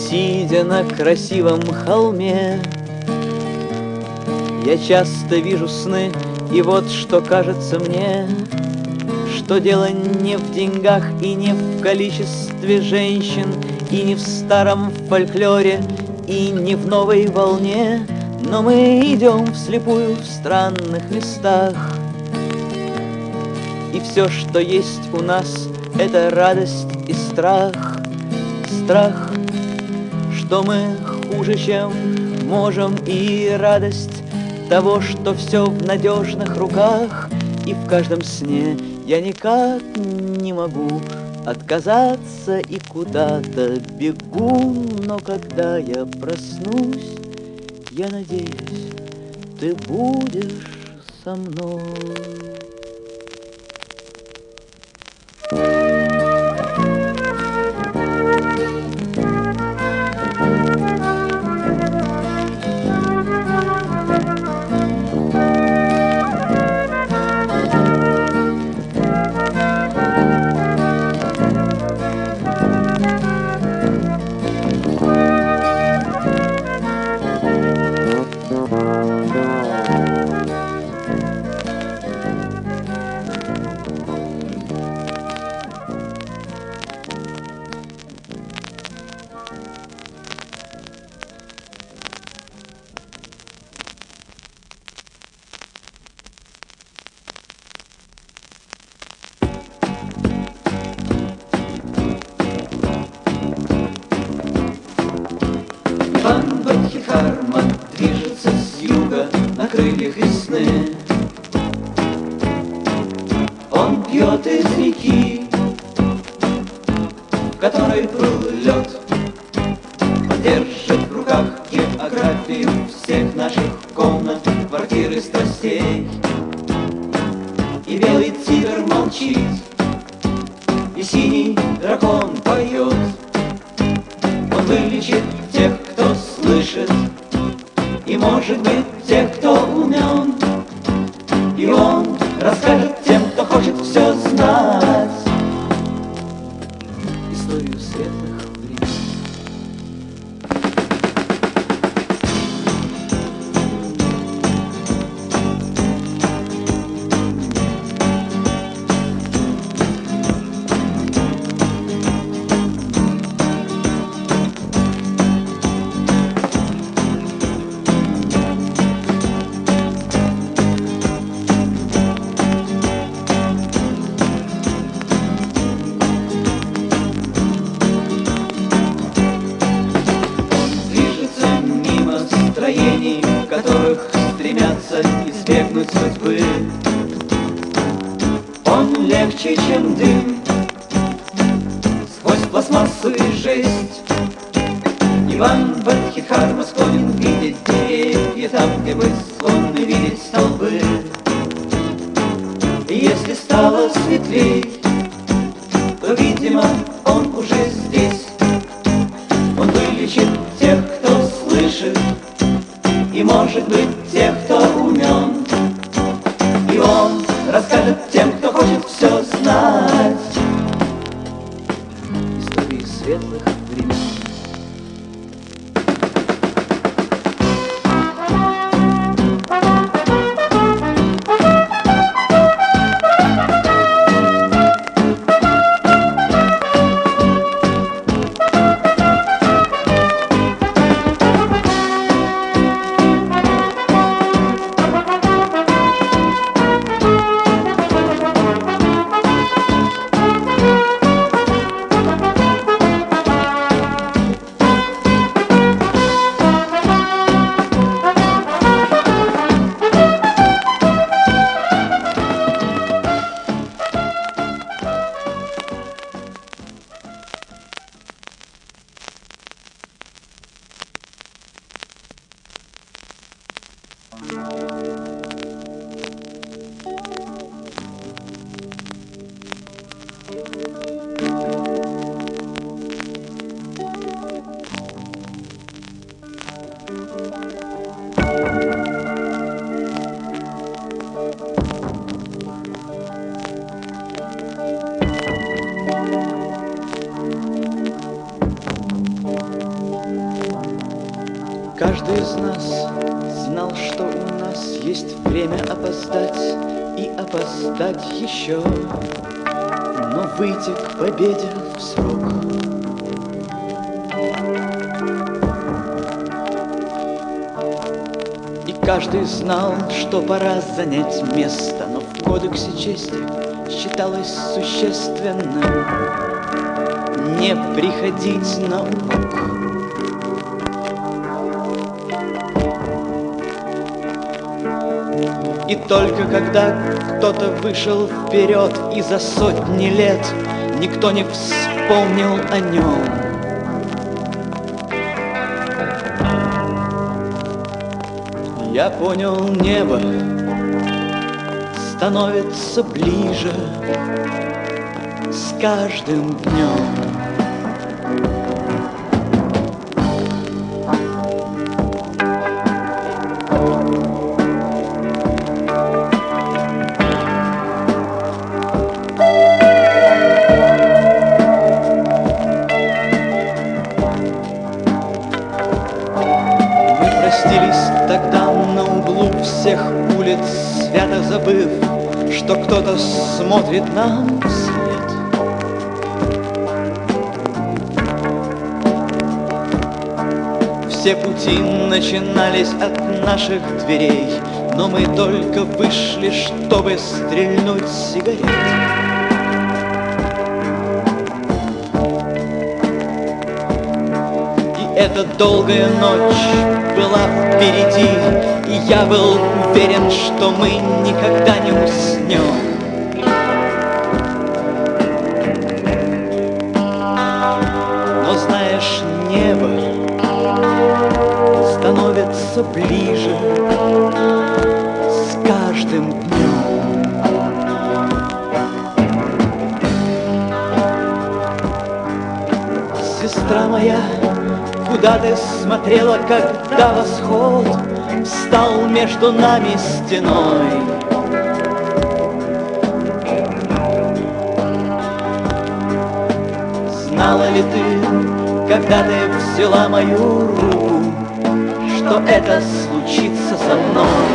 Сидя на красивом холме, я часто вижу сны, и вот что кажется мне, что дело не в деньгах и не в количестве женщин, и не в старом фольклоре, и не в новой волне, но мы идем вслепую в странных местах. И все, что есть у нас, это радость и страх. Страх, что мы хуже, чем можем, и радость того, что все в надежных руках. И в каждом сне я никак не могу отказаться и куда-то бегу. Но когда я проснусь, я надеюсь, ты будешь со мной. Иван Бодхидхарма движется с юга на крыльях весны. Он пьет из реки, в которой был лед. Он держит в руках географию всех наших комнат, квартир и страстей. И белый тигр молчит, и синий дракон поет. Он вылечит тех, кто слышит, и, может быть, тех, кто умен. И он расскажет тем, кто хочет все знать, историю светлых времен. В которых стремятся избегнуть судьбы. Он легче, чем дым, сквозь пластмассу и жесть. Иван Бодхидхарма склонен видеть деревья там, где мы склонны видеть столбы. И если стало светлей, то, видимо, он уже здесь. Он вылечит тех, кто слышит, и, может быть, тех, кто умен. И он расскажет тем, кто хочет все знать, истории светлых времен. Каждый из нас знал, что у нас есть время опоздать и опоздать еще, но выйти к победе в срок. И каждый знал, что пора занять место, но в кодексе чести считалось существенным не приходить на урок. И только когда кто-то вышел вперед, и за сотни лет никто не вспомнил о нем, я понял, небо становится ближе с каждым днем. Тогда на углу всех улиц, свято забыв, что кто-то смотрит нам вслед. Все пути начинались от наших дверей, но мы только вышли, чтобы стрельнуть сигарет. Эта долгая ночь была впереди, и я был уверен, что мы никогда не уснем. Но знаешь, небо становится ближе с каждым днем. Сестра моя, куда ты смотрела, когда восход встал между нами стеной? Знала ли ты, когда ты взяла мою руку, что это случится со мной?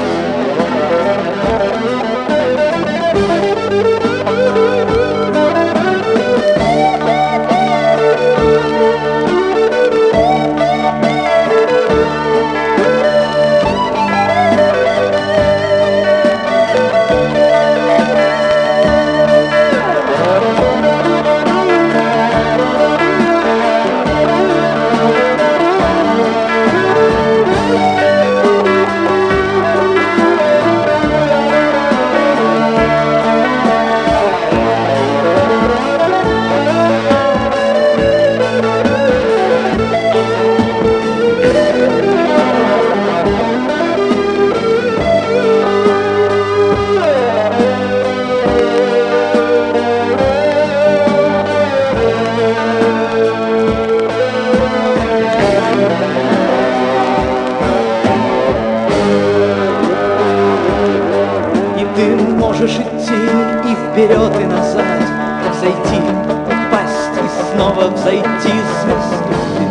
Можешь идти и вперед, и назад, зайти, упасть и снова взойти звездой.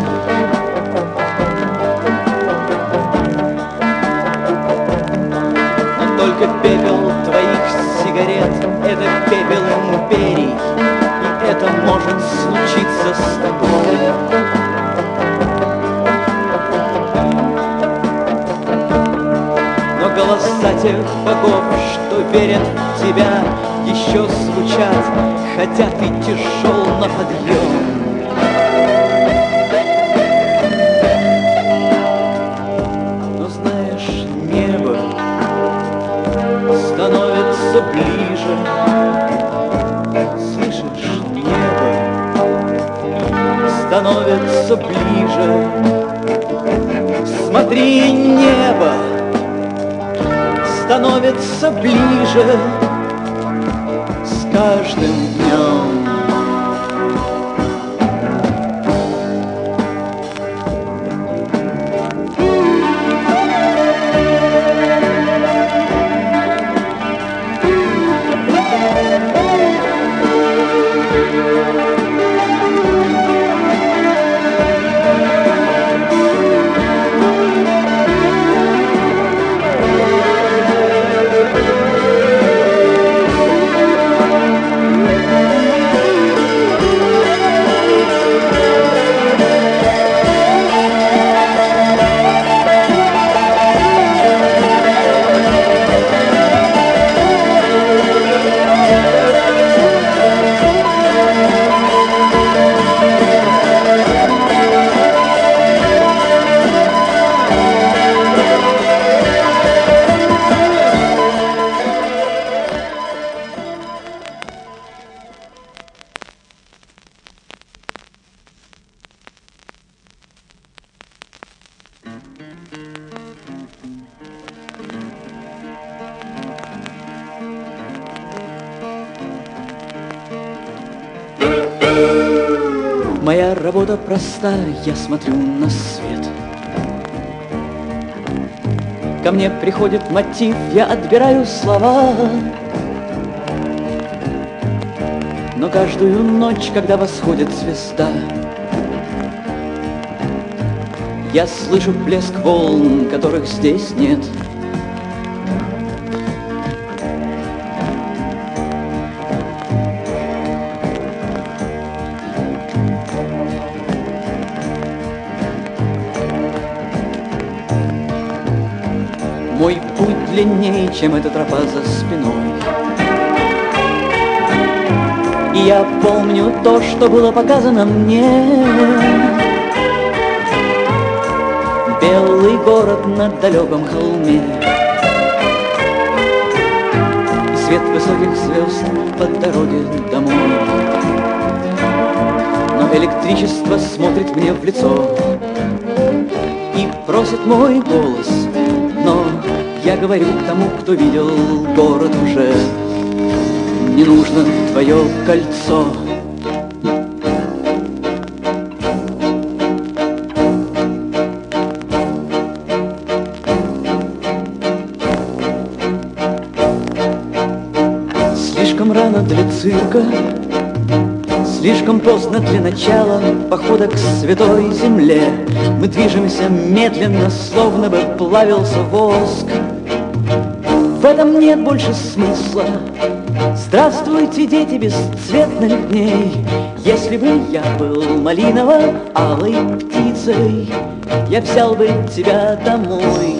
Но только пепел твоих сигарет — это пепел империй, и это может случиться с тобой. Голоса тех богов, что верят в тебя, еще звучат, хотя ты тяжел на подъем. Но знаешь, небо становится ближе. Слышишь, небо становится ближе. Смотри, небо становится ближе с каждым днем. Работа проста, я смотрю на свет. Ко мне приходит мотив, я отбираю слова. Но каждую ночь, когда восходит звезда, я слышу плеск волн, которых здесь нет. Мой путь длиннее, чем эта тропа за спиной. И я помню то, что было показано мне. Белый город на далеком холме, и свет высоких звезд по дороге домой. Но электричество смотрит мне в лицо и просит мой голос. Но я говорю тому, кто видел город уже: не нужно твое кольцо. Слишком рано для цирка, слишком поздно для начала похода к святой земле. Мы движемся медленно, словно бы плавился воск. В этом нет больше смысла. Здравствуйте, дети бесцветных дней. Если бы я был малиново-алой птицей, я взял бы тебя домой.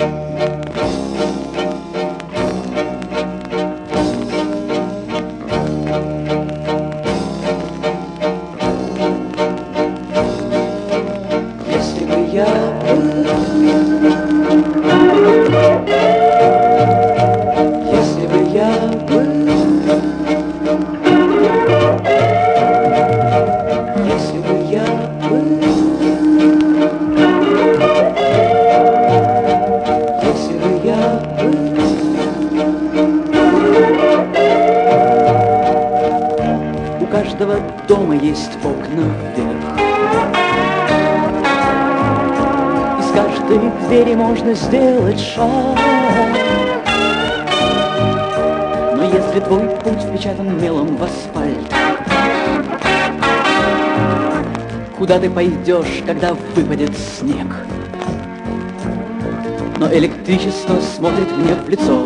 Если бы я был, если бы я был, если бы я был, если бы я был. У каждого дома есть окна вверх. Из каждой двери можно сделать шаг. Но если твой путь впечатан мелом в асфальт, куда ты пойдешь, когда выпадет снег? Но электричество смотрит мне в лицо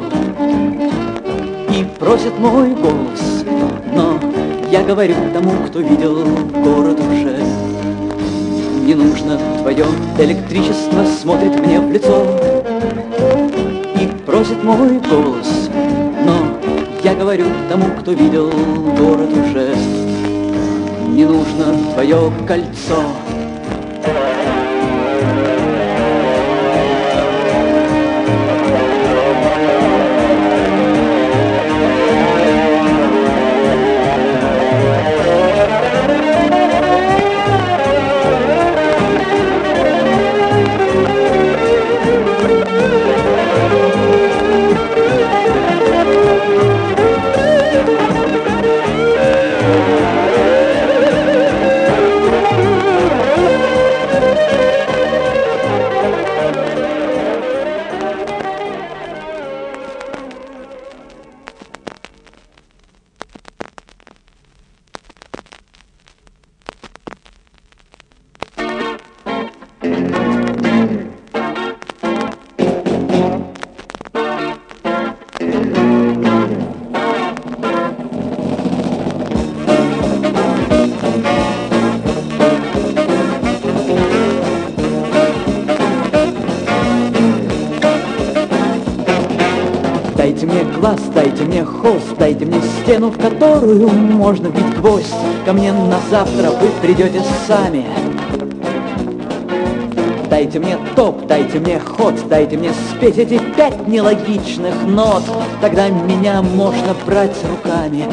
и просит мой голос. Но я говорю тому, кто видел город уже: не нужно твое электричество, смотрит мне в лицо и просит мой голос. Но я говорю тому, кто видел город уже: не нужно твое кольцо. Дайте мне глаз, дайте мне холст, дайте мне стену, в которую можно вбить гвоздь. Ко мне на завтра вы придете сами. Дайте мне топ, дайте мне ход, дайте мне спеть эти 5 нелогичных нот. Тогда меня можно брать руками.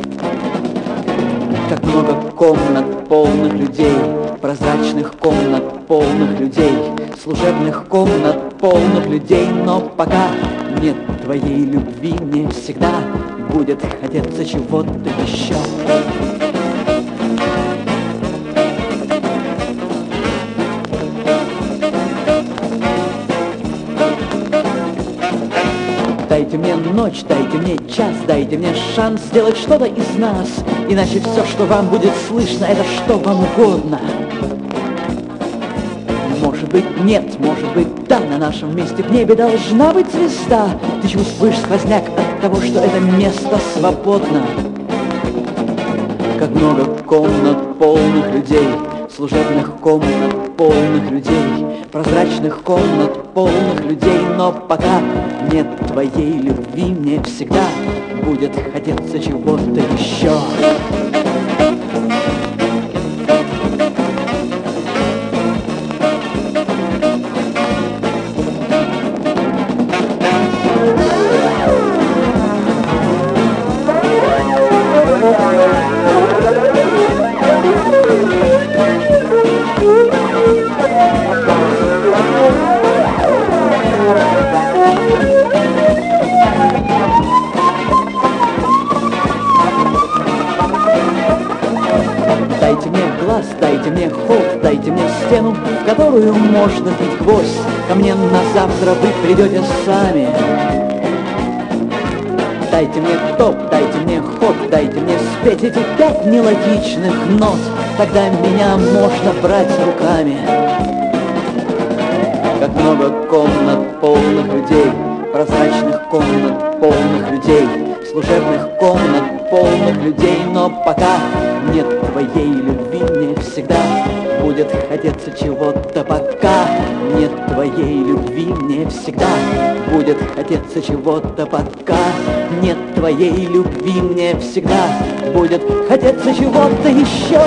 Как много комнат полных людей, прозрачных комнат полных людей, служебных комнат полных людей. Но пока нет твоей любви, мне всегда будет хотеться чего-то еще. ночь, дайте мне час, дайте мне шанс сделать что-то из нас. Иначе все, что вам будет слышно, это что вам угодно. Может быть, нет, может быть, да, на нашем месте в небе должна быть звезда. Ты чувствуешь сквозняк от того, что это место свободно. Как много комнат полных людей, служебных комнат полных людей, прозрачных комнат полных людей. Но пока нет твоей любви, мне всегда будет хотеться чего-то еще. Дайте мне глаз, дайте мне холод, дайте мне стену, в которую можно бить гвоздь. Ко мне на завтра вы придете сами. Дайте мне топ, дайте мне ход, дайте мне спеть эти 5 нелогичных нот. Тогда меня можно брать руками. Как много комнат полных людей, прозрачных комнат полных людей, служебных комнат полных людей. Но пока нет твоей любви, мне всегда будет хотеться чего-то. Пока нет твоей любви, мне всегда будет хотеться чего-то. Пока нет твоей любви, мне всегда будет хотеться чего-то еще.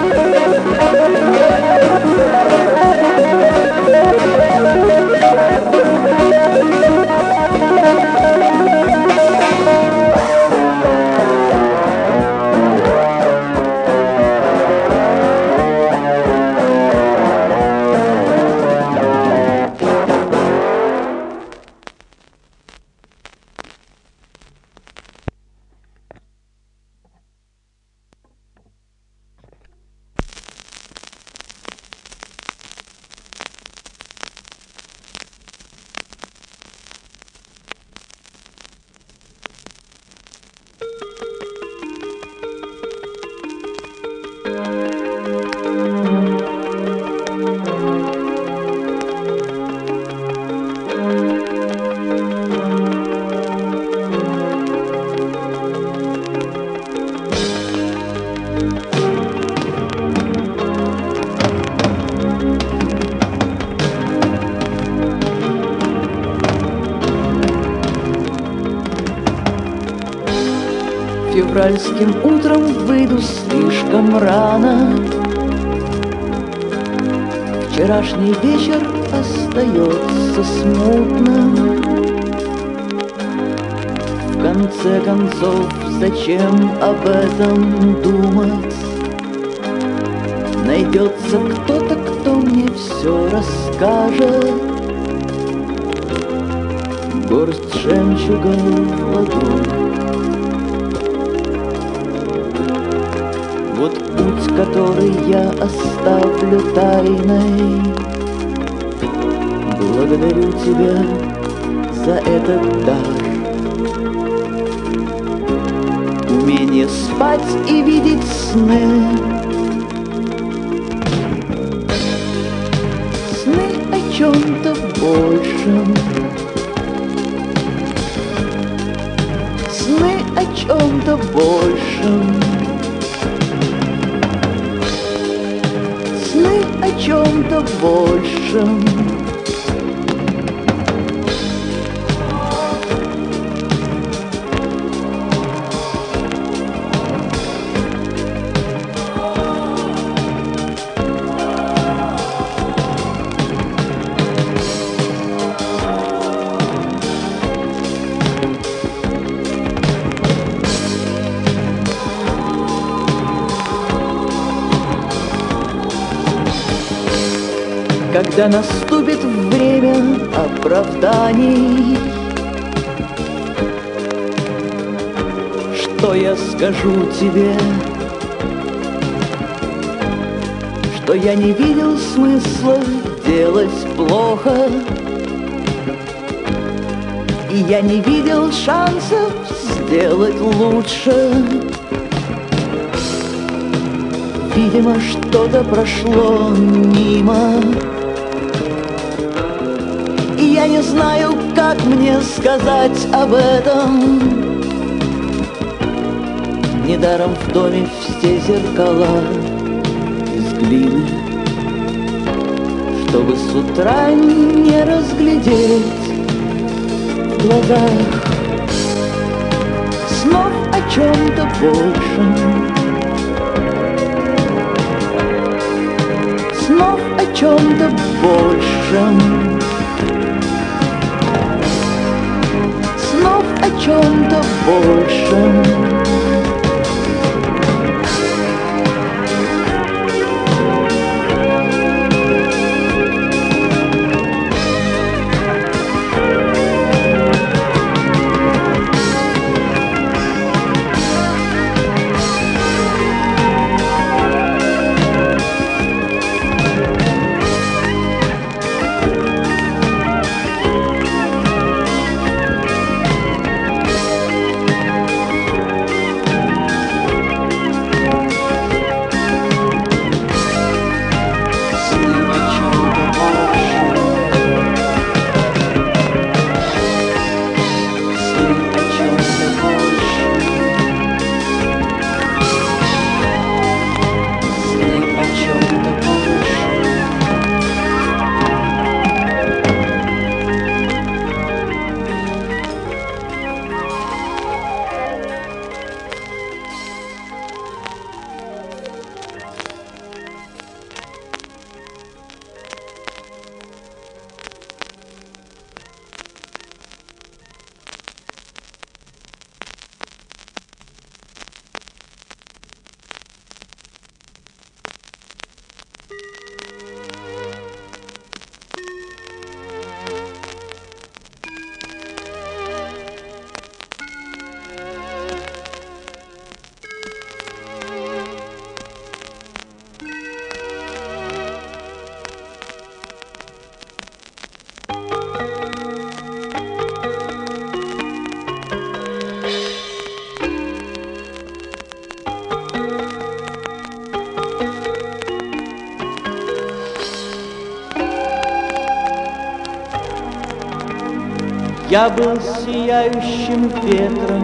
Февральским утром выйду слишком рано. Вчерашний вечер остается смутным. В конце концов, зачем об этом думать? Найдется кто-то, кто мне все расскажет. Горсть жемчуга в ладонь. Вот путь, который я оставлю тайной. Благодарю тебя за этот дар. Умение спать и видеть сны. Сны о чем-то большем. Сны о чем-то большем. Сны о чем-то большем. Когда наступит время оправданий, что я скажу тебе? Что я не видел смысла делать плохо, И я не видел шансов сделать лучше. Видимо, что-то прошло мимо, и я не знаю, как мне сказать об этом. Недаром в доме все зеркала из глины, чтобы с утра не разглядеть в глазах снов о чем-то большем, снов о чем-то большем, снов о чем-то большем. Я был сияющим ветром,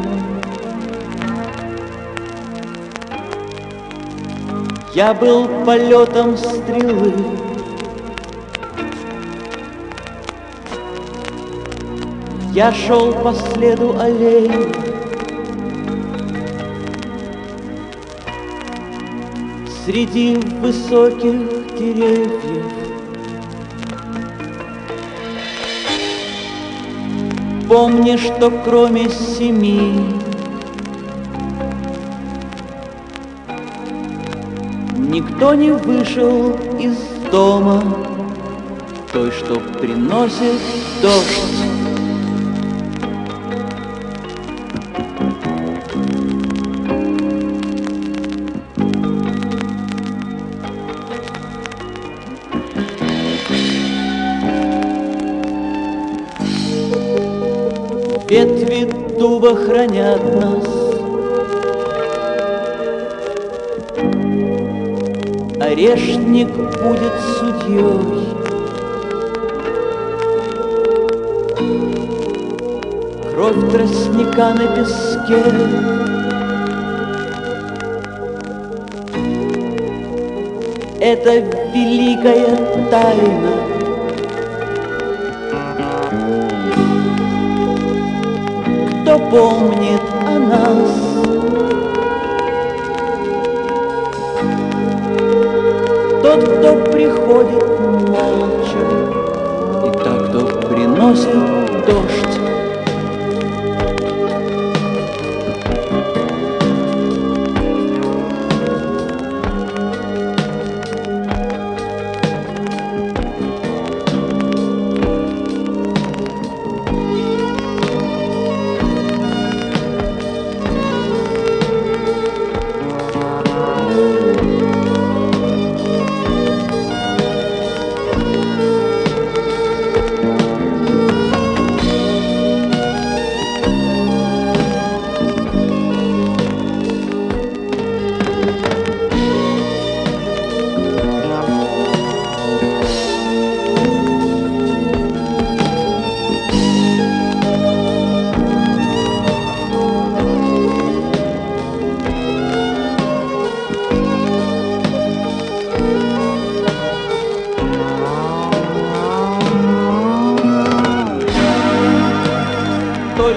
я был полетом стрелы, я шел по следу аллей, среди высоких деревьев. Помни, что кроме 7 никто не вышел из дома, той, что приносит дождь. Ветви дуба хранят нас, орешник будет судьей. Кровь тростника на песке, это великая тайна. Кто помнит о нас? Тот, кто приходит молча, и тот, кто приносит дождь.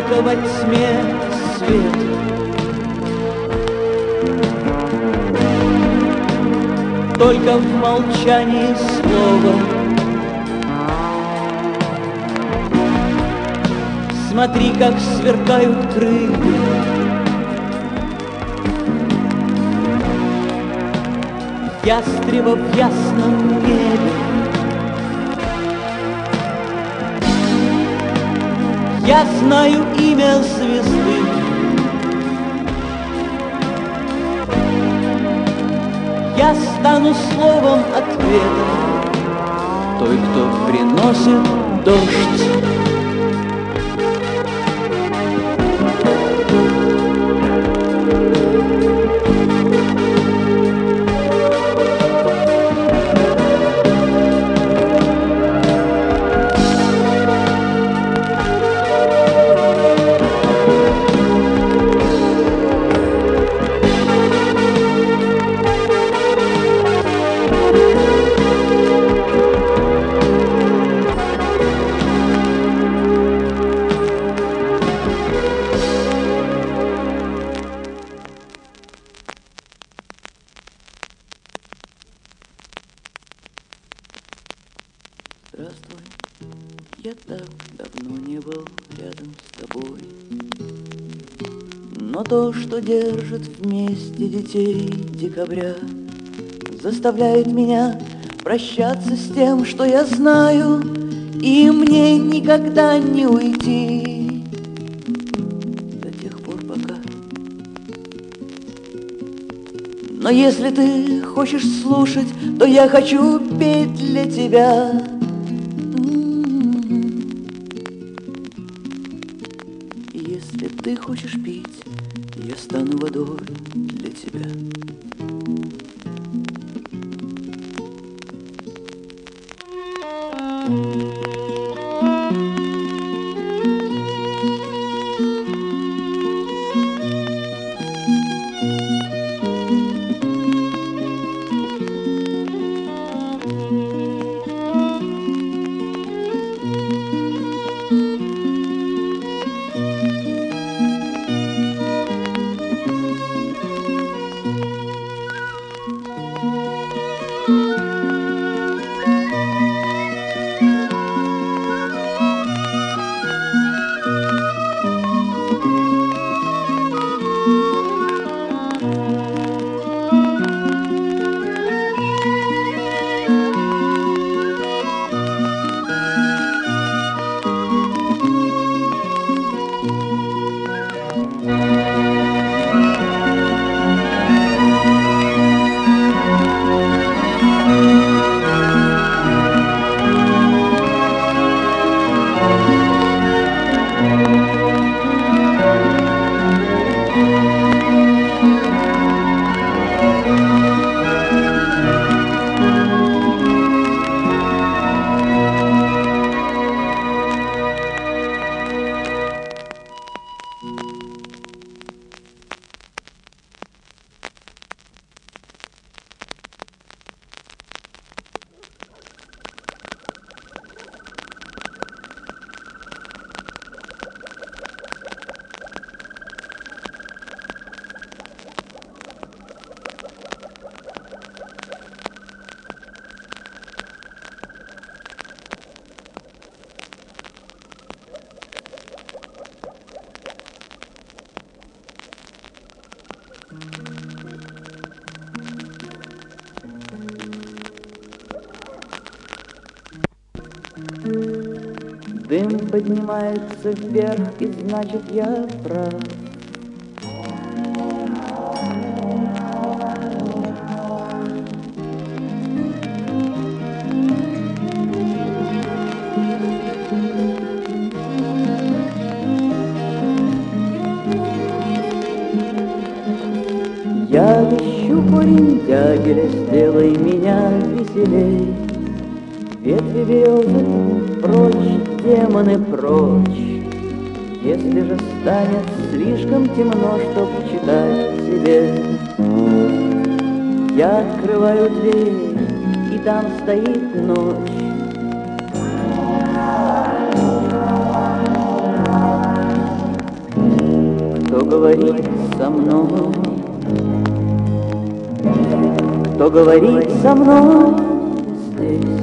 только во тьме свет. Только в молчании слова. Смотри, как сверкают крылья. Ястреба в ясном небе. Я знаю имя звезды. Я стану словом ответа той, кто приносит дождь. Здравствуй, я так давно не был рядом с тобой. Но то, что держит вместе детей декабря, заставляет меня прощаться с тем, что я знаю, и мне никогда не уйти до тех пор, пока. Но если ты хочешь слушать, то я хочу петь для тебя. Если ты хочешь пить, я стану водой для тебя. Дым поднимается вверх, и значит я прав. Я ищу корень дягеля, сделай меня веселей. Ветви березы прочь, демоны прочь. Если же станет слишком темно, чтоб читать тебе, я открываю дверь, и там стоит ночь. говорит со мной, кто говорит со мной здесь.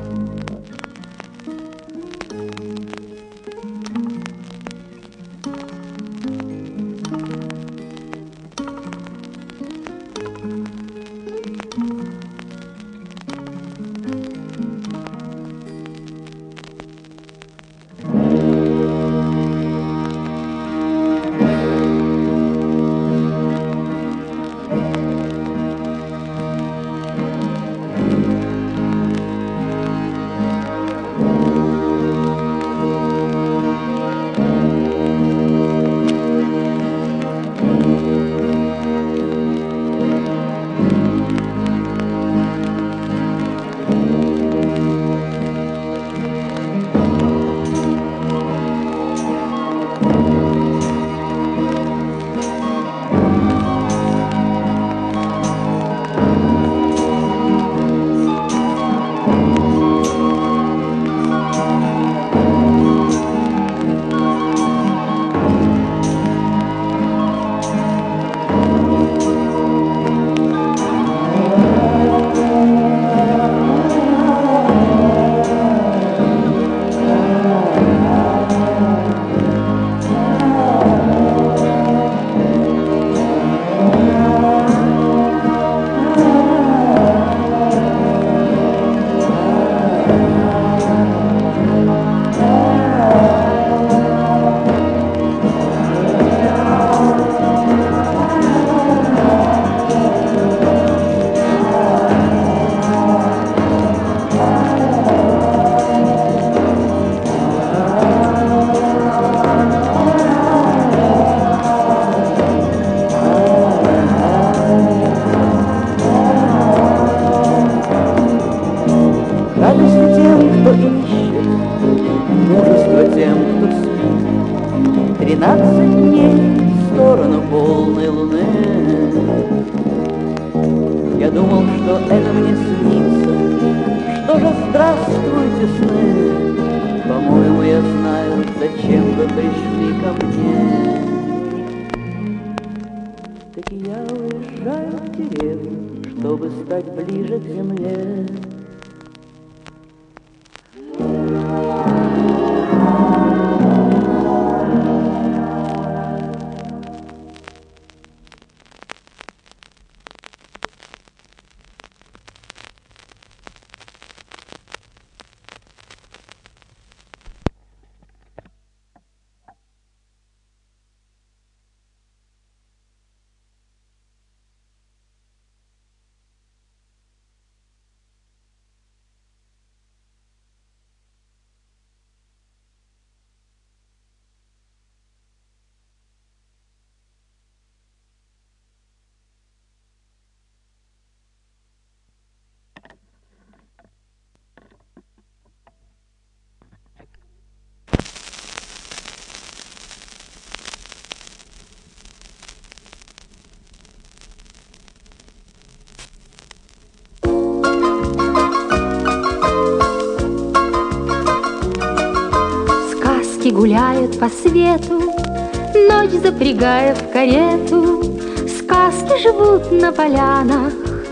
Гуляют по свету, ночь запрягая в карету. Сказки живут на полянах,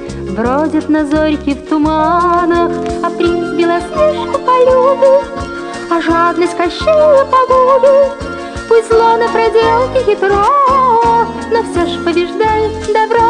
бродят на зорьке в туманах. А принц Белоснежку полюбит, а жадность Кощея погубит. Пусть зло на проделке хитро, но все ж побеждает добро.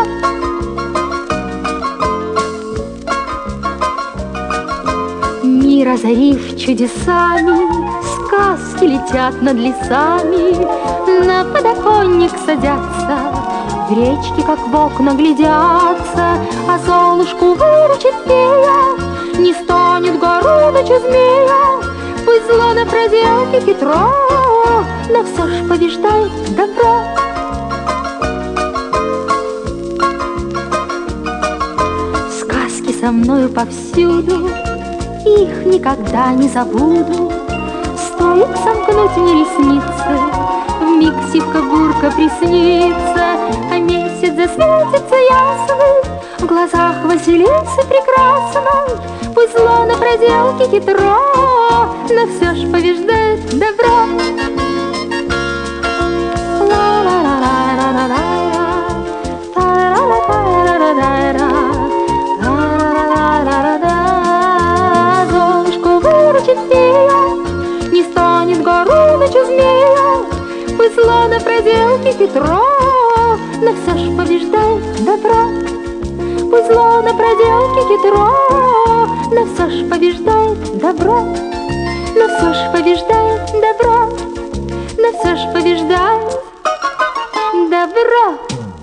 Мир озарив чудесами, сказки летят над лесами, на подоконник садятся, в речке, как в окна, глядятся, а Золушку выручит фея, не станет гору ночью змея. Пусть зло на проделке хитро, но все ж побеждает добро. Сказки со мною повсюду, их никогда не забуду. Стоит сомкнуть мне ресницы, вмиг сивка-бурка приснится, а месяц засветится ясный в глазах Василисы прекрасной. Пусть зло на проделке хитро, но все ж побеждает добро. Ла-ла-ла-ла. навстречу змея, зло на проделке хитро, но все ж побеждает добро. Пусть зло на проделке хитро, но все ж побеждает добро. Но все ж побеждает добро, но все ж побеждает добро.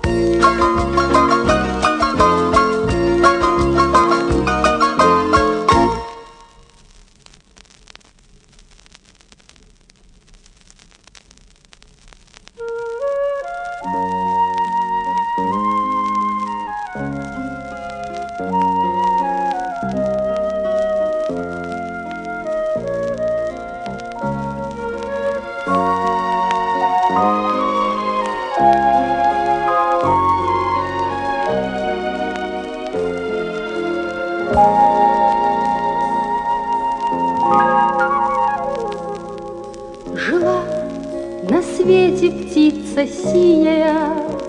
Жила на свете птица синяя,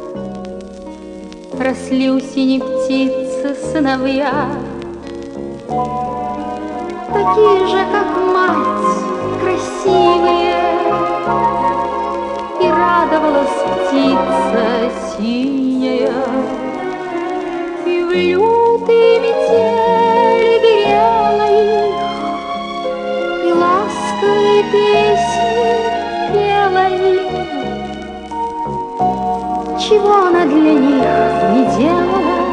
росли у синей птицы сыновья, такие же, как мать, красивые. И радовалась птица синяя, и в лютый метель грела их, и ласковые песни пела им. Чего она для них не делала,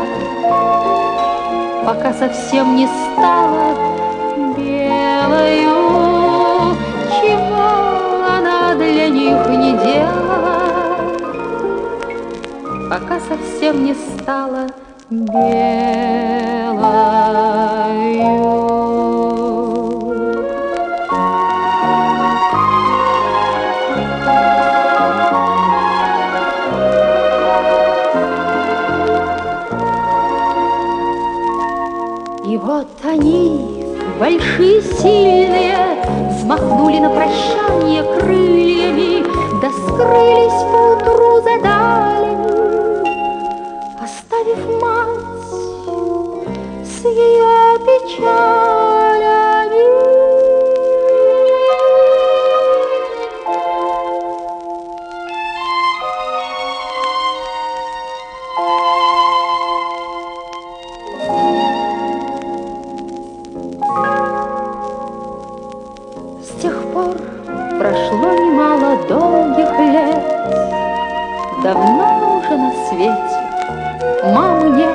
пока совсем не стала белою. Чего она для них не делала, пока совсем не стала белою. И вот они, большие, сильные, взмахнули на прощание крыльями, да скрылись поутру за далями, оставив мать с ее печалями. С тех пор прошло немало долгих лет, давно уже на свете мамы нет.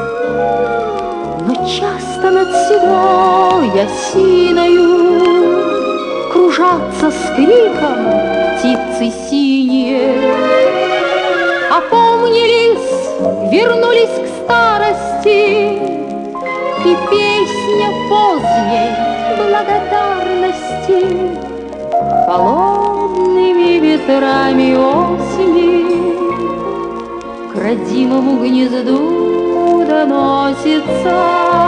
Но часто над седой осиною кружатся с криком птицы синие. Опомнились, вернулись к старости, и песня поздней благодарности холодными ветрами осени к родимому гнезду доносится.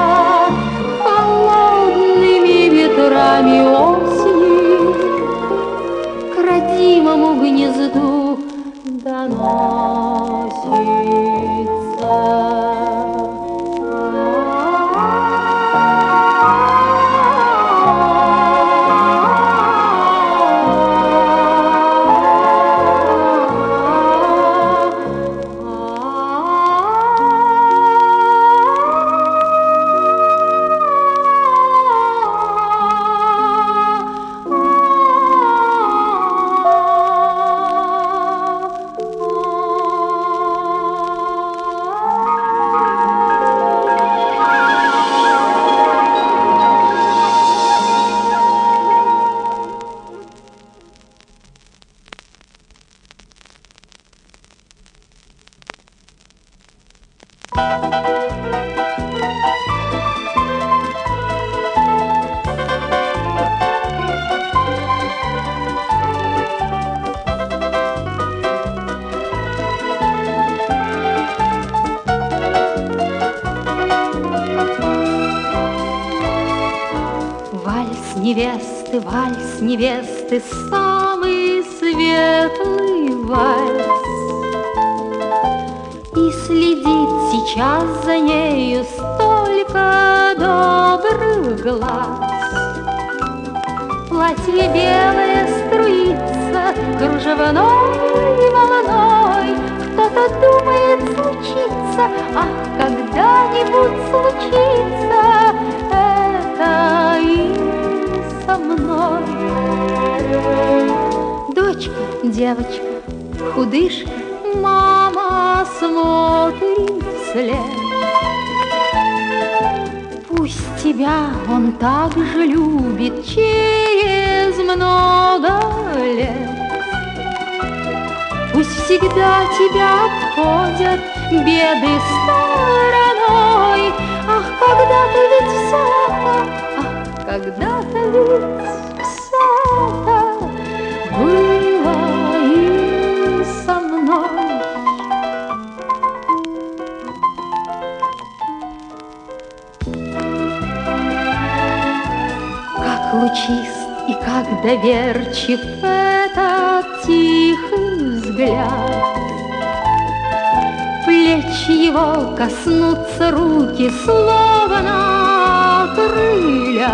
Холодными ветрами осени к родимому гнезду доносится. Вальс невесты, самый светлый вальс. И следит сейчас за нею столько добрых глаз. Платье белое струится льется кружевной волной. Кто-то думает случится, ах, когда-нибудь случится это и со мной. Дочка, девочка, худышка, мама смотрит вслед. Пусть тебя он так же любит через много лет. Пусть всегда тебя обходят беды стороной. Ах, когда-то ведь все это, ах, когда-то ведь все это было и со мной. Как лучист и как доверчив этот тихий взгляд. Плечи его коснутся руки, словно крылья.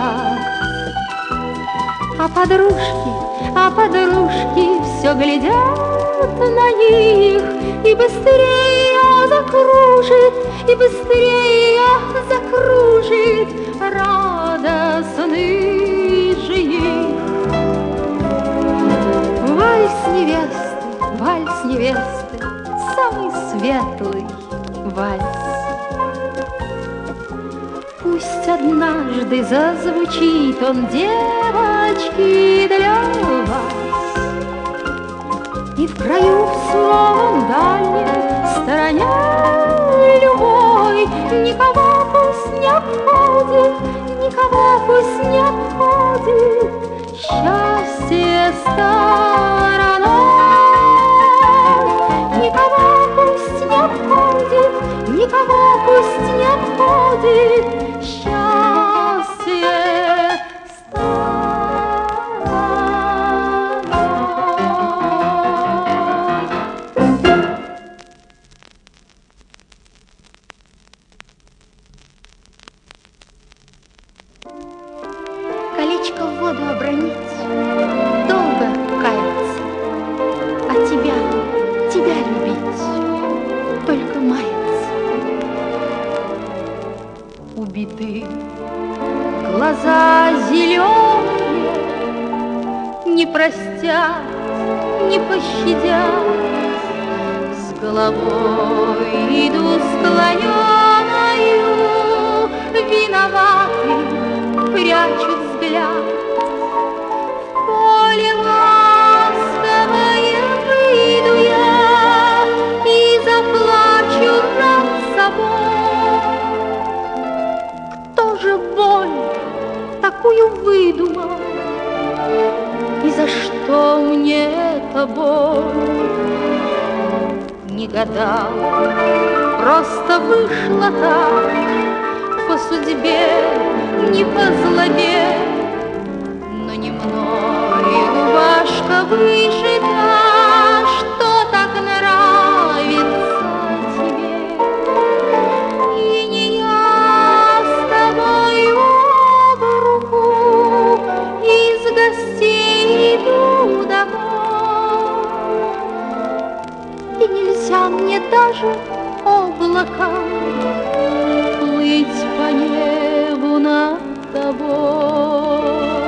А подружки все глядят на них, и быстрее закружит, и быстрее закружит радостный жених. Вальс невесты, самый светлый вальс. Пусть однажды зазвучит он, девочки, для вас. И в краю в словом дальнем стороне любой никого пусть не обходит, никого пусть не обходит счастье стороной. Никого пусть не обходит, никого пусть не обходит счастье стороной. Колечко в воду обронить, долго каяться, а тебя любить, только маяться. Убиты глаза зеленые, не простят, не пощадят. С головой иду склоненою, виноватый, прячу взгляд. В поле ласковое выйду я и заплачу над собой. Кто же боль такую выдумал? И за что мне эта боль? Не гадал, просто вышла так, по судьбе, не по злобе. Но не мною, Рубашка, вышита, что так нравится тебе. И не я с тобой об руку из гостей иду домой. И нельзя мне даже облакам плыть по небу над тобой.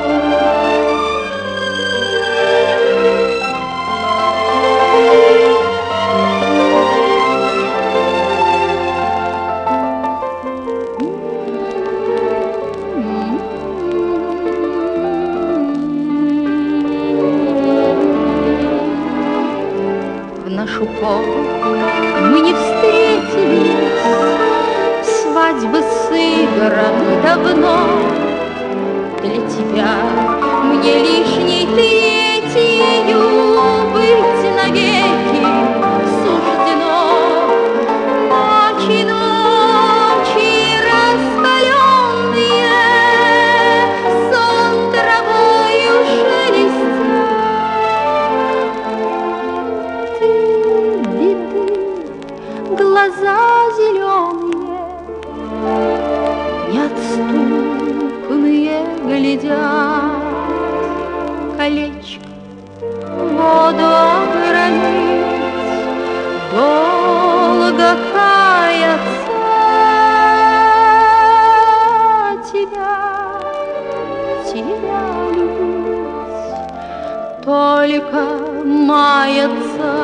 В нашу пору мы не встретились, свадьбы сыграны давно. Для тебя мне лишней третью быть навеки суждено. Ночи, ночи раскаленные, сон травою шелестя. Ты беды, глаза зеленые, неотступные глядят, колечко только мается.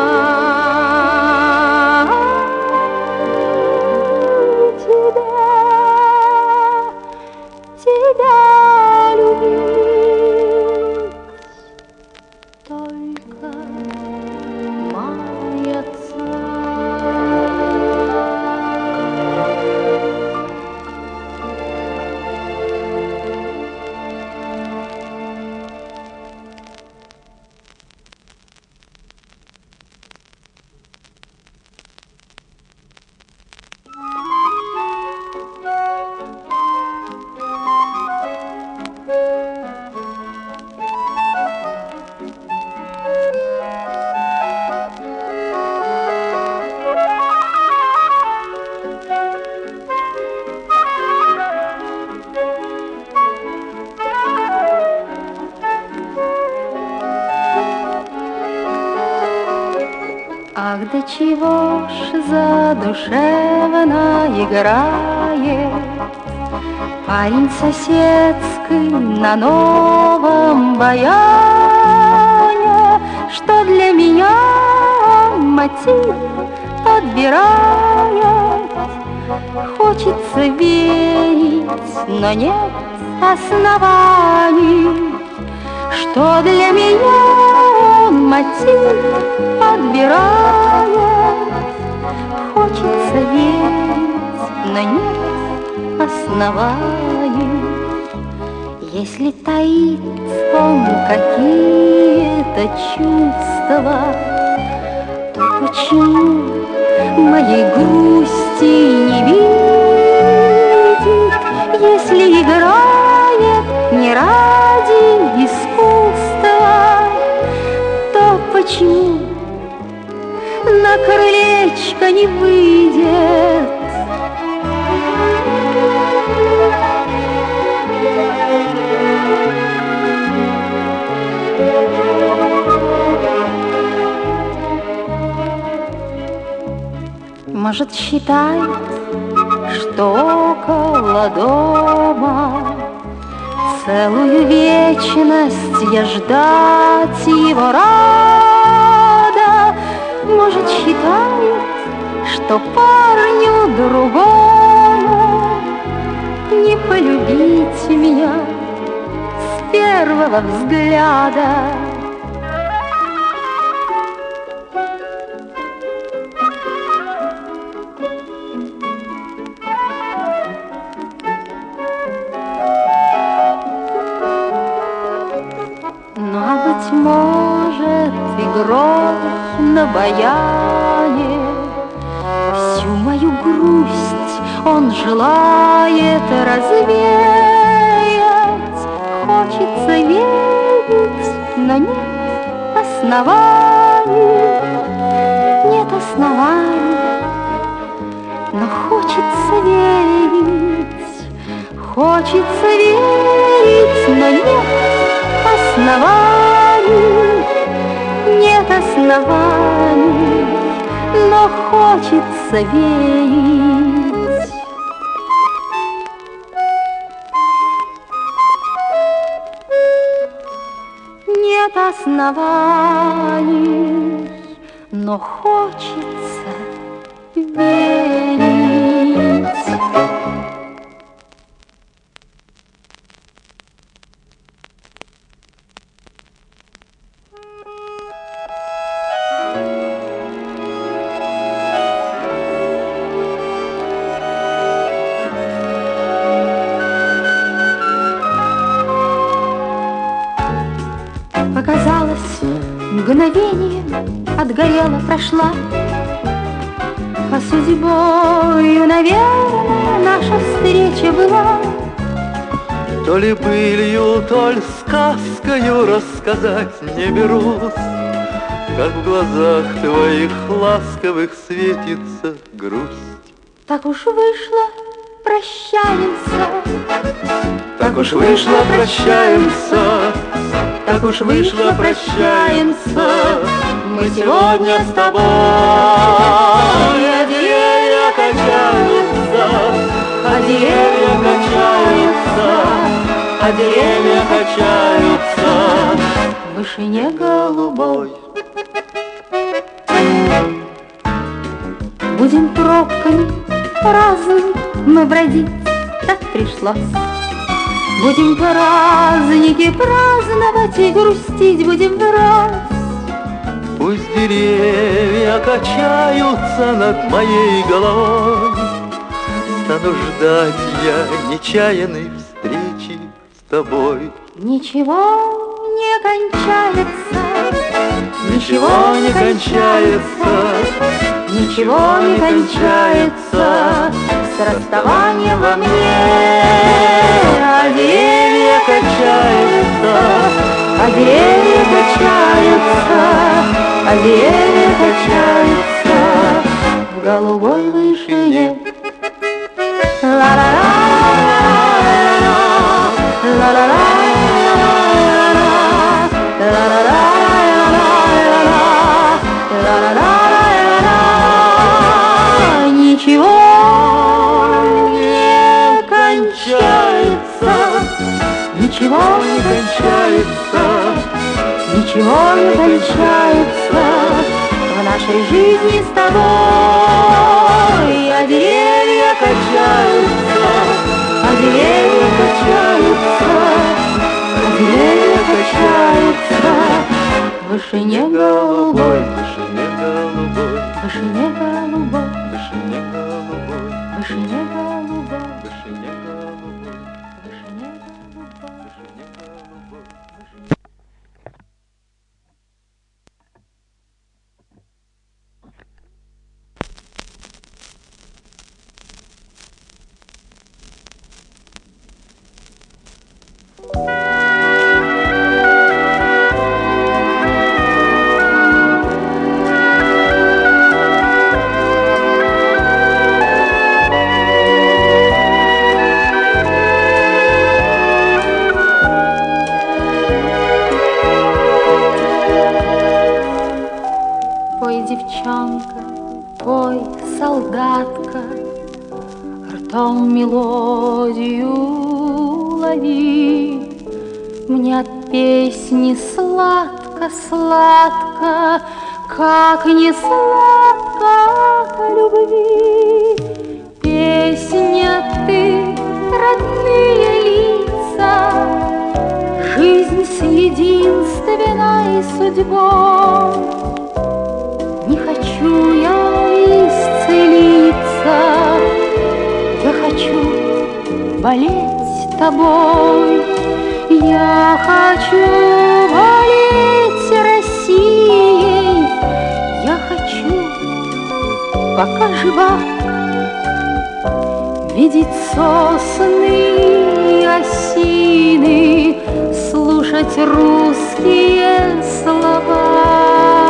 Тебя любить только мается. Ах, да чего ж задушевно играет парень соседский на новом баяне, что для меня мотив подбирает. Хочется верить, но нет оснований, что для меня мотив подбирает. Хочется верить, но нет оснований. Если таит он какие-то чувства, то почему моей грусти не видеть? Если играет не ради искусства, то почему на крылечко не выйдет? Может, считает, что около дома целую вечность я ждать его рада. Может, считает, что парню другому не полюбить меня с первого взгляда. Быть может, игрой на баяне всю мою грусть он желает развеять. Хочется верить, но нет оснований. Нет оснований, но хочется верить. Хочется верить, но нет оснований. Нет оснований, но хочется верить. Нет оснований, но хочется верить. Показалось, мгновение отгорела, прошла, а судьбою, наверное, наша встреча была. То ли былью, то ли сказкою рассказать не берусь, как в глазах твоих ласковых светится грусть. Так уж вышло, прощаемся. Так уж вышло, прощаемся. Так уж вышло, прощаемся. Мы сегодня с тобой, а деревья качаются, а деревья качаются, а деревья качаются. вышине голубой. Будем пробками разными мы бродить, так пришлось. Будем праздники праздновать и грустить будем враз. Пусть деревья качаются над моей головой, стану ждать я нечаянной встречи с тобой. Ничего не кончается, Ничего не кончается, ничего не кончается с расставанием во мне. А деревья качаются, а деревья качаются, а деревья качаются в голубой вышине. Ла-ла-ла, ла-ла-ла, ла-ла-ла, ничего не кончается, ничего не кончается, ничего не кончается в нашей жизни с тобой. А деревья качаются, а деревья качаются, а деревья качаются в вышине голубой, вышине голубой, вышине голубой, вышине голубой, вышине голубой, вышине голубой, вышине голубой. вышине голубой. Пой, девчонка, пой, солдатка, ртом мелодию лови. Мне от песни сладко-сладко, как не сладко от любви. Песня ты, родные лица, жизнь с единственной судьбой. Не хочу я исцелиться, я хочу болеть тобой. Я хочу болеть Россией, я хочу, пока жива, видеть сосны и осины, слушать русские слова.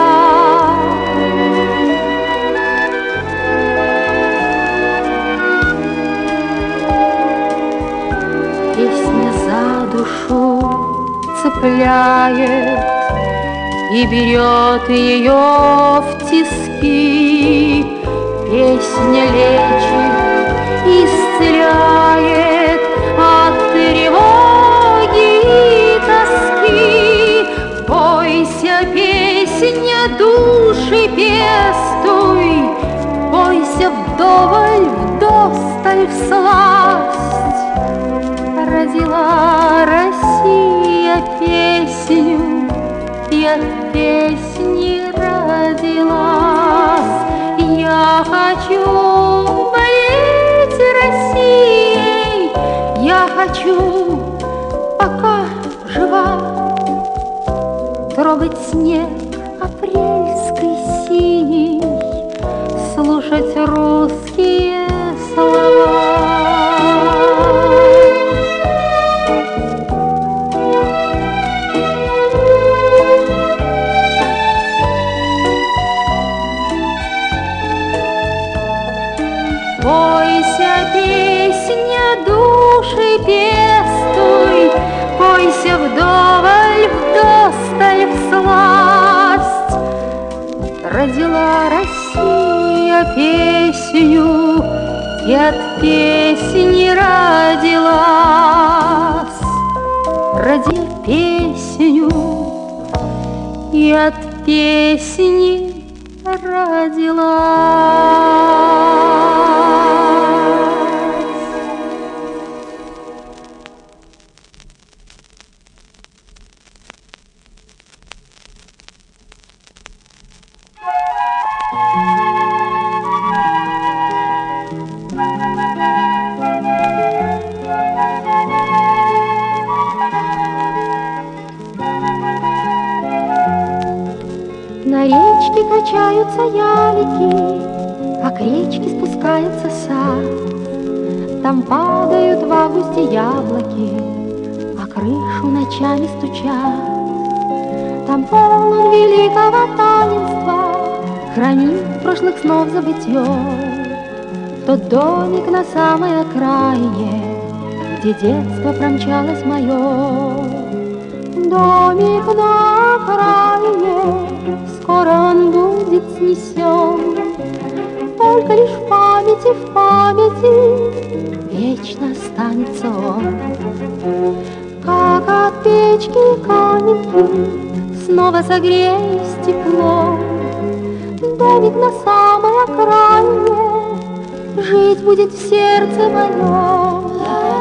Песня за душу цепляет и берет ее в тиски. Песня лечит, исцеляет от тревоги и тоски. Бойся, песня, души пестуй, бойся вдоволь, вдосталь всласть. Родила Россия песню, и от песни родилась. Я хочу болеть Россией, я хочу, пока жива, трогать снег апрельской синий, слушать русские слова. Бойся, песня, души пестуй, бойся вдоволь, вдосталь всласть. Родила Россия песню, и от песни родилась. Родила песню, и от песни родилась. На речке качаются ялики, а к речке спускается сад. Там падают в августе яблоки, а крышу ночами стучат. Там полон великого таинства, хранит прошлых снов забытье. Тот домик на самой окраине, где детство промчалось мое. Домик на окраине, скоро он будет снесен. Только лишь в памяти вечно останется он. Как от печки каменки снова согреюсь теплом. Домик на самой окраине, жить будет в сердце моем.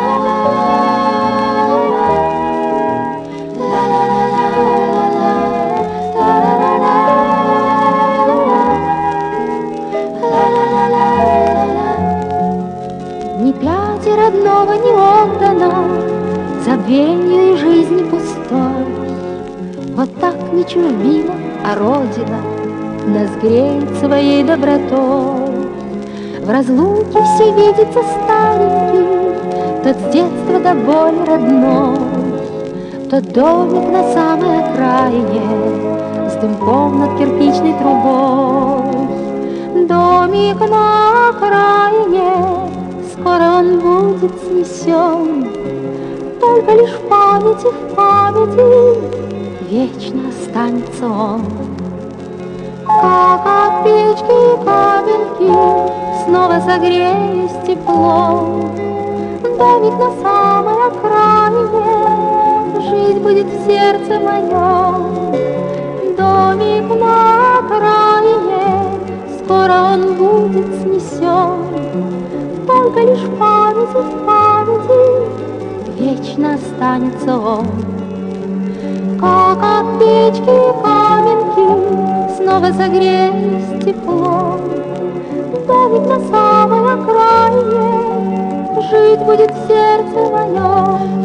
Ни пяти родного не отдано забвенью и жизни пустой. Вот так не чужбина, а родина нас греет своей добротой. В разлуке все видится старенький, тот с детства до боли родной. Тот домик на самой окраине, с дымком над кирпичной трубой. Домик на окраине, скоро он будет снесен. Только лишь в памяти вечно останется он. Как от печки каменки снова согреюсь теплом. Домик на самой окраине, жить будет в сердце моем. Домик на окраине, скоро он будет снесен. Только лишь в памяти вечно останется он. Как от печки каменки снова согреюсь теплом. Домик на самой окраине, жить будет в сердце моем.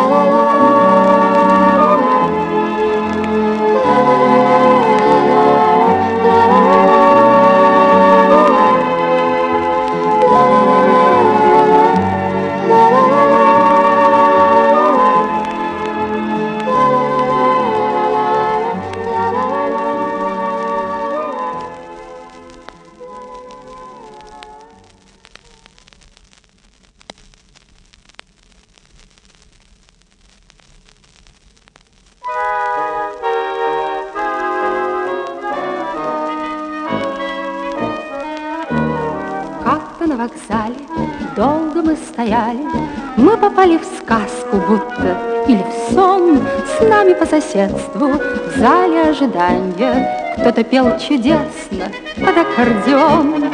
На вокзале долго мы стояли, мы попали в сказку будто или в сон. С нами по соседству в зале ожидания кто-то пел чудесно под аккордеон.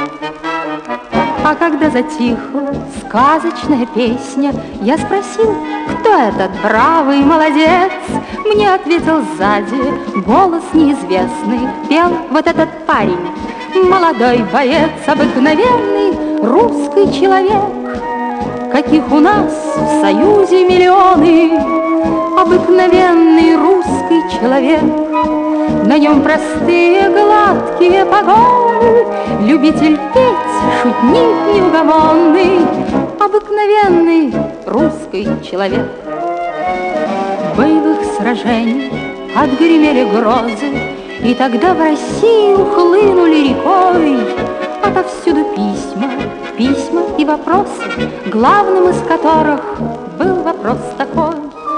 А когда затихла сказочная песня, я спросил, кто этот бравый молодец. Мне ответил сзади голос неизвестный, пел вот этот парень, молодой боец, обыкновенный русский человек, каких у нас в Союзе миллионы. Обыкновенный русский человек, на нем простые гладкие погоны, любитель петь, шутник неугомонный. Обыкновенный русский человек. Боевых сражений отгремели грозы, и тогда в Россию хлынули рекой отовсюду письма, письма и вопросы, главным из которых был вопрос такой: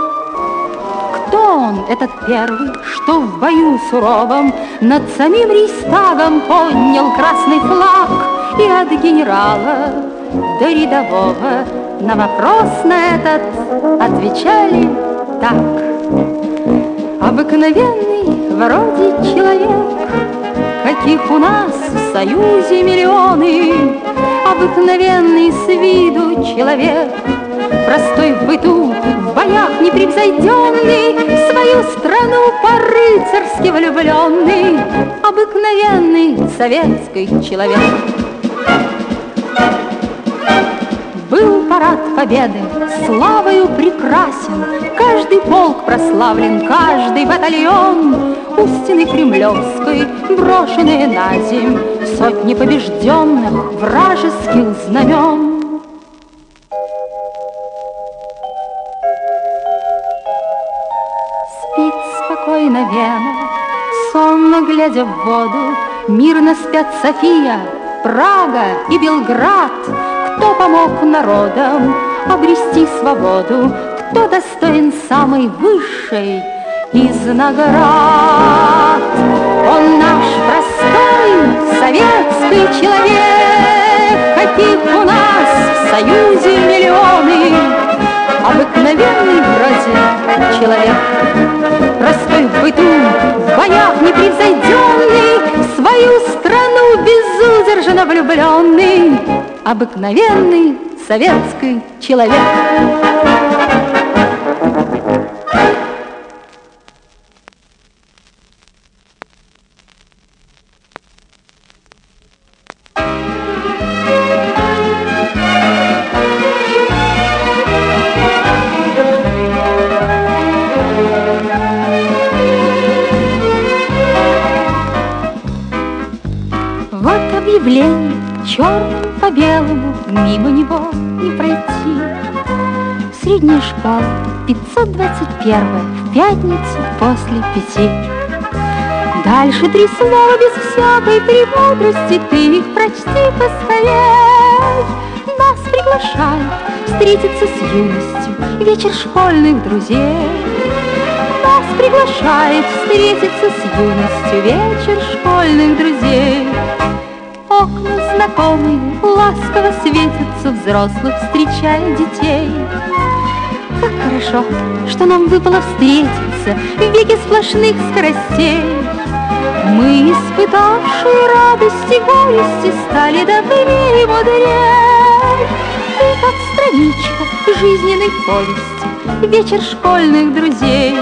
кто он, этот первый, что в бою суровом над самим Рейхстагом поднял красный флаг? И от генерала до рядового на вопрос на этот отвечали так: обыкновенный вроде человек, каких у нас в Союзе миллионы. Обыкновенный с виду человек, простой в быту, в боях непревзойденный, в свою страну по-рыцарски влюбленный, обыкновенный советский человек. Был парад победы, славою прекрасен, каждый полк прославлен, каждый батальон. У стены Кремлевской, брошенные на земь, сотни побежденных вражеских знамен. Спит спокойно Вена, сонно глядя в воду, мирно спят София, Прага и Белград. Кто помог народам обрести свободу, кто достоин самой высшей из наград. Он наш простой советский человек, каких у нас в Союзе миллионы. Обыкновенный вроде человек, простой в быту, в боях непревзойденный, в свою страну безудержно влюбленный, обыкновенный советский человек. Вот объявление черным по белому, мимо него не пройти. Средняя школа, 521, в пятницу после 5. Дальше 3 слова без всякой премудрости, ты их прочти поскорей. Нас приглашают встретиться с юностью, вечер школьных друзей. Нас приглашает встретиться с юностью, вечер школьных друзей. Окна знакомые ласково светятся, взрослых встречая детей. Как хорошо, что нам выпало встретиться в веке сплошных скоростей. Мы, испытавшие радости и горести, стали добрее и мудрее. Ты как страничка жизненной повести, вечер школьных друзей.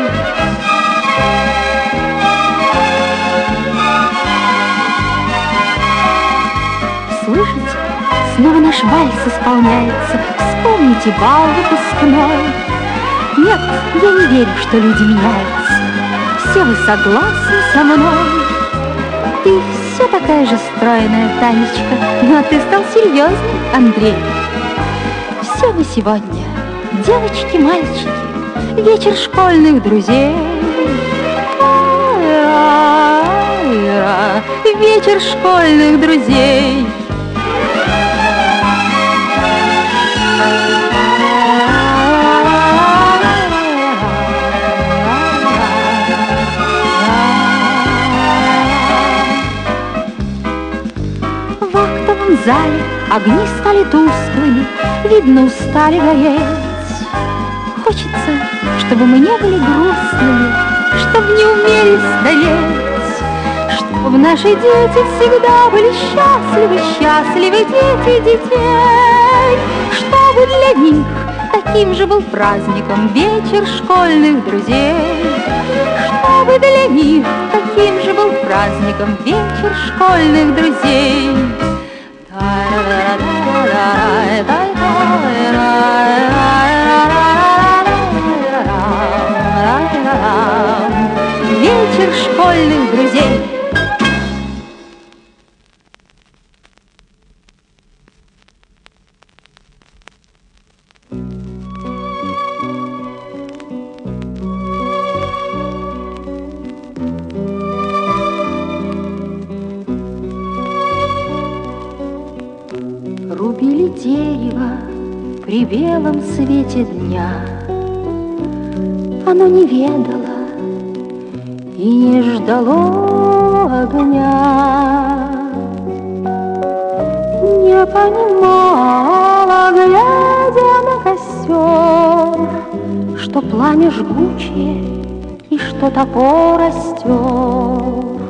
Слышите, снова наш вальс исполняется, вспомните бал выпускной. Нет, я не верю, что люди меняются, все вы согласны со мной. Ты все такая же стройная, Танечка, но ты стал серьезным, Андрей. Все вы сегодня, девочки, мальчики, вечер школьных друзей. Вечер школьных друзей. В актовом зале огни стали тусклыми, видно, устали гореть. Хочется, чтобы мы не были грустными, чтобы не умели стареть, чтобы наши дети всегда были счастливы, счастливы дети детей, чтобы для них таким же был праздником вечер школьных друзей, чтобы для них таким же был праздником вечер школьных друзей. Вечер школьных друзей. Рубили дерево при белом свете дня. Оно не ведало и не ждало огня, не понимала, глядя на костер, что пламя жгучее и что что топор растет.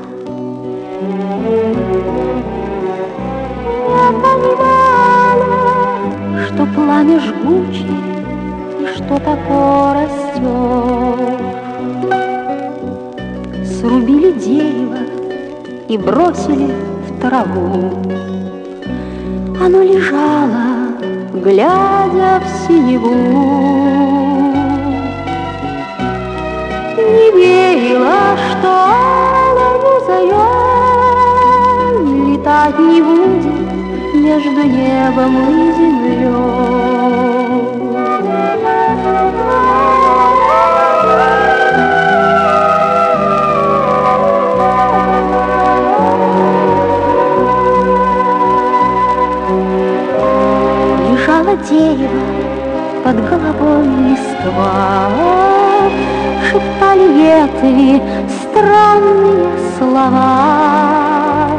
Я понимала, что пламя жгучее и что топор растет. Срубили дерево и бросили в траву. Оно лежало, глядя в синеву. Не верила, что алою заей летать не будет между небом и землей. Лежало дерево, под головой листва, шептали ветви странные слова.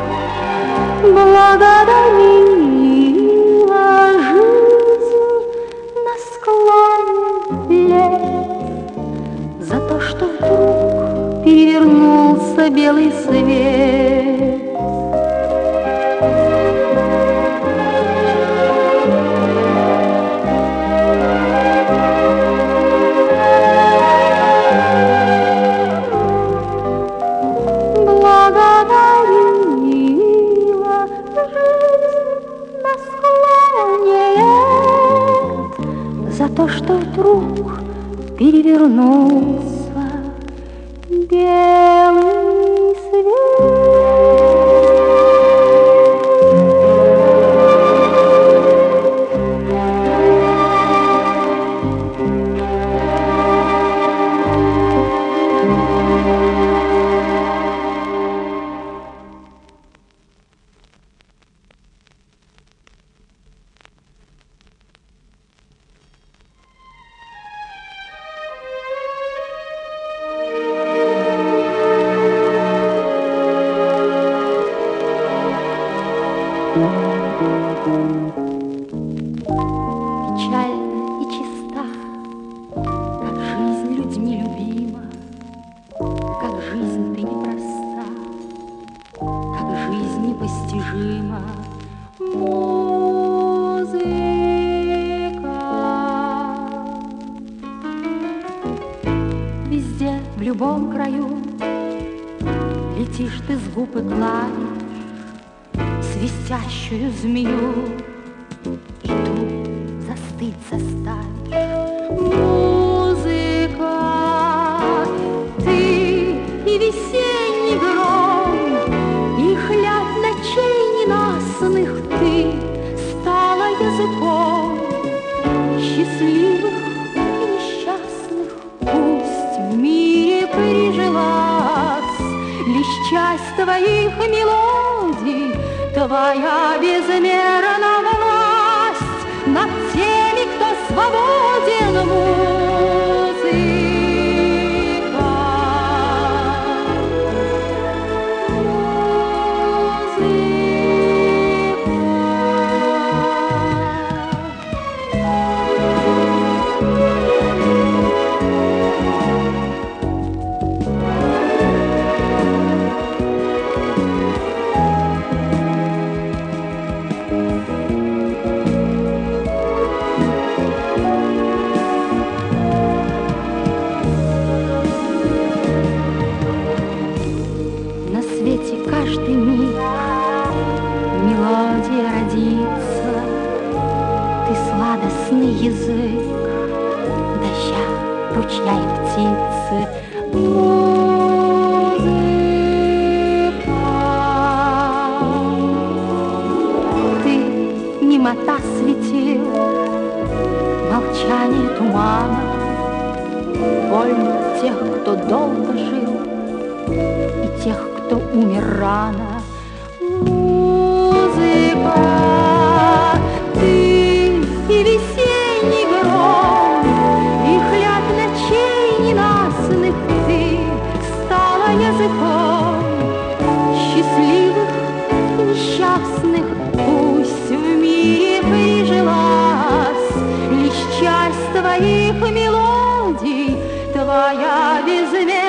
Благодарила жизнь на склоне лет за то, что вдруг перевернулся белый свет. За то, что вдруг перевернулся белый свет. Печальна и чиста, как жизнь людьми любима, как жизнь ты непроста, как жизнь непостижима. Музыка. Везде, в любом краю летишь ты с губ и клавиш свистящую змею, и тут застыть заставишь. Музыка, ты и весенний гром, и хляб ночей ненастных, ты стала языком счастливых и несчастных. Пусть в мире прижилась лишь часть твоих мелодий, твоя безмерная власть над теми, кто свободен. Музыка. На свете каждый миг мелодия родится, ты сладостный язык дождя, ручья и птицы. Музыка. Ты немота светил, молчание тумана, больно тех, кто долго жил, и тех, кто умер рано. Музыка, ты и весенний гром, и хляб ночей ненастных, ты стала языком счастливых и несчастных. Пусть в мире прижилась лишь часть твоих мелодий, твоя безмерная